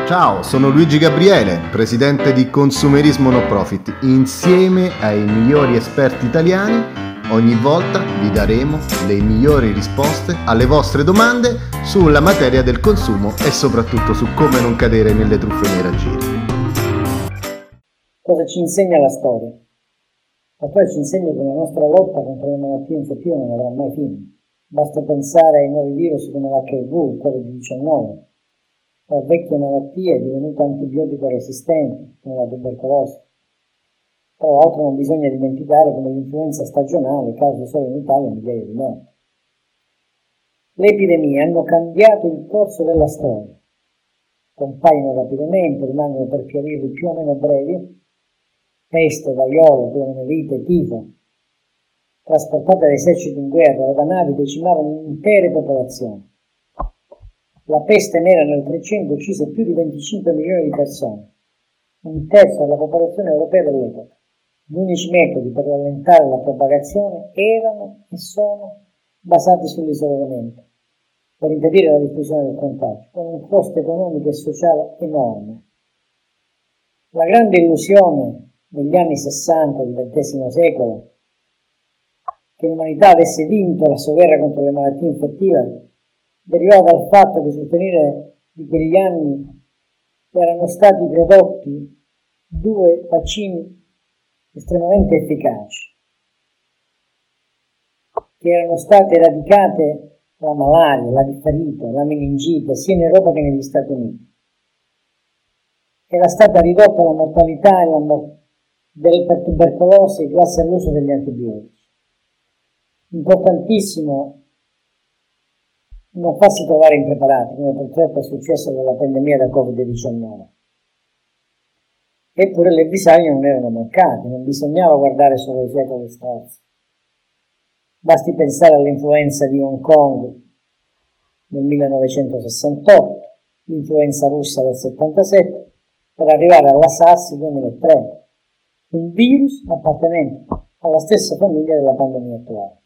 Ciao, sono Luigi Gabriele, presidente di Consumerismo No Profit. Insieme ai migliori esperti italiani, ogni volta vi daremo le migliori risposte alle vostre domande sulla materia del consumo e soprattutto su come non cadere nelle truffe e nei raggiri. Cosa ci insegna la storia? La storia ci insegna che la nostra lotta contro le malattie infettive non avrà mai fine. Basta pensare ai nuovi virus come l'HIV, il Covid-19, o a vecchie malattie divenute antibiotico resistenti, come la tubercolosi. Tra l'altro non bisogna dimenticare come l'influenza stagionale causa solo in Italia migliaia di morti. Le epidemie hanno cambiato il corso della storia. Compaiono rapidamente, rimangono per periodi più o meno brevi. Peste, vaiolo, poliomielite, tifo, trasportate da eserciti in guerra o da navi, decimavano intere popolazioni. La peste nera nel 300 uccise più di 25 milioni di persone, un terzo della popolazione europea dell'epoca. Gli unici metodi per rallentare la propagazione erano e sono basati sull'isolamento, per impedire la diffusione del contagio, con un costo economico e sociale enorme. La grande illusione negli anni 60 del XX secolo che l'umanità avesse vinto la sua guerra contro le malattie infettive derivava dal fatto che sul finire di quegli anni erano stati prodotti 2 vaccini estremamente efficaci, che erano state eradicate la malaria, la difterite, la meningite sia in Europa che negli Stati Uniti. Era stata ridotta la mortalità e per tubercolosi grazie all'uso degli antibiotici. Importantissimo non farsi trovare impreparati, come purtroppo è successo con la pandemia da Covid-19. Eppure le avvisaglie non erano mancate, non bisognava guardare solo ai secoli scorsi. Basti pensare all'influenza di Hong Kong nel 1968, l'influenza russa del 77, per arrivare alla SARS del 2003, un virus appartenente alla stessa famiglia della pandemia attuale.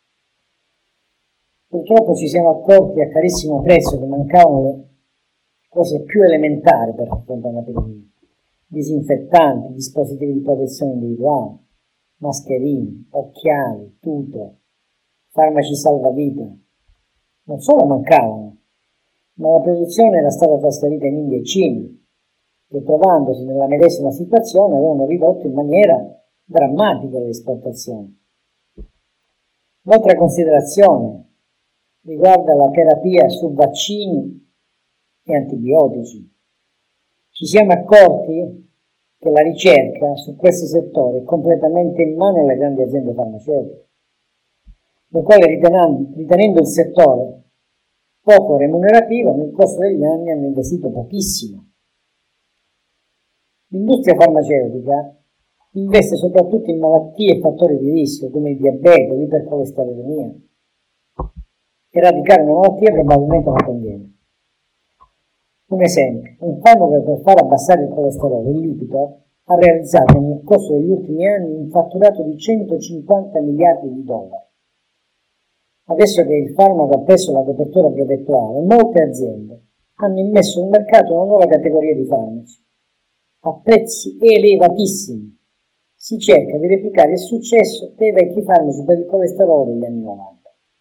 Purtroppo ci siamo accorti a carissimo prezzo che mancavano le cose più elementari per affrontare un'epidemia: disinfettanti, dispositivi di protezione individuale, mascherine, occhiali, tute, farmaci salvavita. Non solo mancavano, ma la produzione era stata trasferita in India e Cina, che trovandosi nella medesima situazione avevano ridotto in maniera drammatica le esportazioni. Un'altra considerazione riguarda la terapia su vaccini e antibiotici. Ci siamo accorti che la ricerca su questi settori è completamente in mano alle grandi aziende farmaceutiche, le quali ritenendo il settore poco remunerativo nel corso degli anni hanno investito pochissimo. L'industria farmaceutica investe soprattutto in malattie e fattori di rischio come il diabete, l'ipercolesterolemia. Eradicare una malattia probabilmente non conviene. Un esempio: un farmaco per far abbassare il colesterolo, il Lipitor, ha realizzato nel corso degli ultimi anni un fatturato di 150 miliardi di dollari. Adesso che il farmaco ha preso la copertura brevettuale, molte aziende hanno immesso sul mercato una nuova categoria di farmaci a prezzi elevatissimi. Si cerca di replicare il successo dei vecchi farmaci per il colesterolo degli anni 90.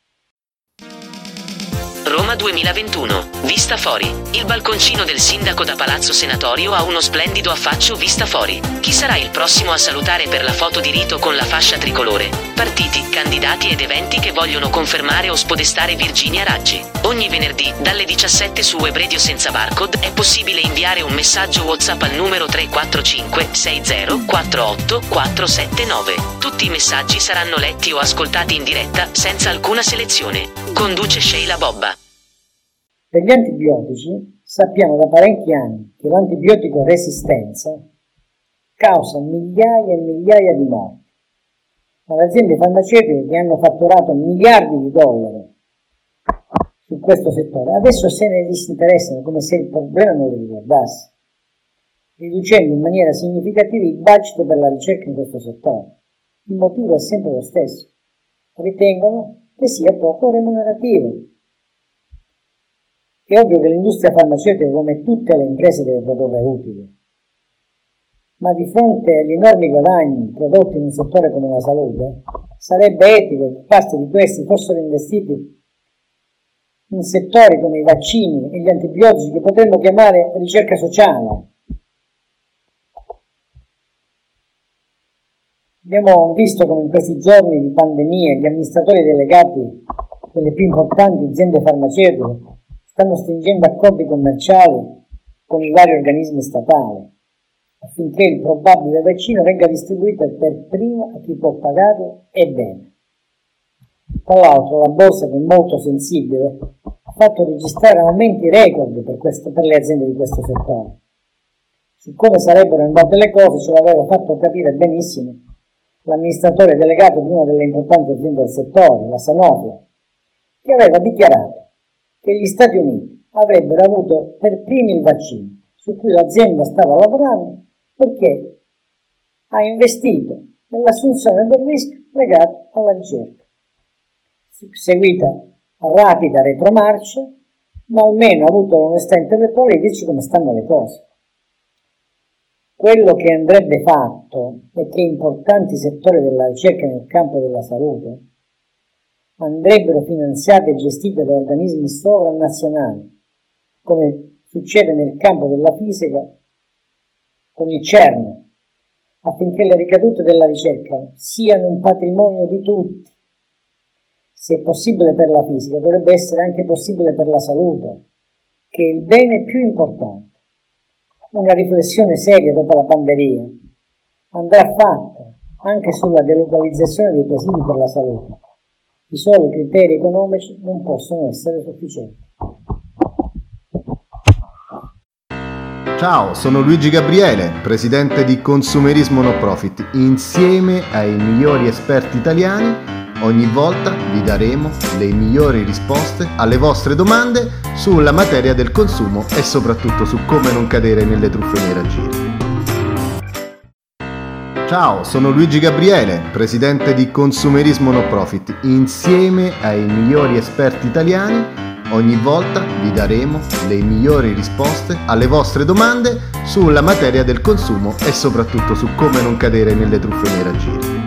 Roma 2021. Vista Fori. Il balconcino del sindaco da Palazzo Senatorio ha uno splendido affaccio vista fuori. Chi sarà il prossimo a salutare per la foto di rito con la fascia tricolore? Partiti, candidati ed eventi che vogliono confermare o spodestare Virginia Raggi. Ogni venerdì, dalle 17 su Web Radio senza barcode, è possibile inviare un messaggio WhatsApp al numero 345 60 48 479. Tutti i messaggi saranno letti o ascoltati in diretta, senza alcuna selezione. Conduce Sheila Bobba. Per gli antibiotici sappiamo da parecchi anni che l'antibiotico resistenza causa migliaia e migliaia di morti, ma le aziende farmaceutiche che hanno fatturato miliardi di dollari su questo settore adesso se ne disinteressano come se il problema non li riguardasse, riducendo in maniera significativa i budget per la ricerca in questo settore. Il motivo è sempre lo stesso: ritengono che sia poco remunerativo. È ovvio che l'industria farmaceutica, come tutte le imprese, deve produrre utili, ma di fronte agli enormi guadagni prodotti in un settore come la salute, sarebbe etico che parte di questi fossero investiti in settori come i vaccini e gli antibiotici, che potremmo chiamare ricerca sociale. Abbiamo visto come in questi giorni di pandemia gli amministratori delegati delle più importanti aziende farmaceutiche stanno stringendo accordi commerciali con i vari organismi statali affinché il probabile vaccino venga distribuito per primo a chi può pagarlo e bene. Tra l'altro la borsa, che è molto sensibile, ha fatto registrare aumenti record per le aziende di questo settore. Su come sarebbero andate le cose ce l'aveva fatto capire benissimo l'amministratore delegato di una delle importanti aziende del settore, la Sanofi, che aveva dichiarato che gli Stati Uniti avrebbero avuto per primi il vaccino, su cui l'azienda stava lavorando, perché ha investito nell'assunzione del rischio legato alla ricerca, seguita a rapida retromarcia, ma almeno ha avuto l'onestà intellettuale di dirci come stanno le cose. Quello che andrebbe fatto è che importanti settori della ricerca nel campo della salute andrebbero finanziati e gestiti da organismi sovranazionali, come succede nel campo della fisica con il CERN, affinché le ricadute della ricerca siano un patrimonio di tutti. Se è possibile per la fisica, dovrebbe essere anche possibile per la salute, che è il bene più importante. Una riflessione seria dopo la pandemia andrà fatta anche sulla delocalizzazione dei presidi per la salute. I soli criteri economici non possono essere sufficienti. Ciao, sono Luigi Gabriele, presidente di Consumerismo No Profit. Insieme ai migliori esperti italiani, ogni volta vi daremo le migliori risposte alle vostre domande sulla materia del consumo e soprattutto su come non cadere nelle truffe e nei raggiri. Ciao, sono Luigi Gabriele, presidente di Consumerismo No Profit. Insieme ai migliori esperti italiani, ogni volta vi daremo le migliori risposte alle vostre domande sulla materia del consumo e soprattutto su come non cadere nelle truffe e nei raggiri.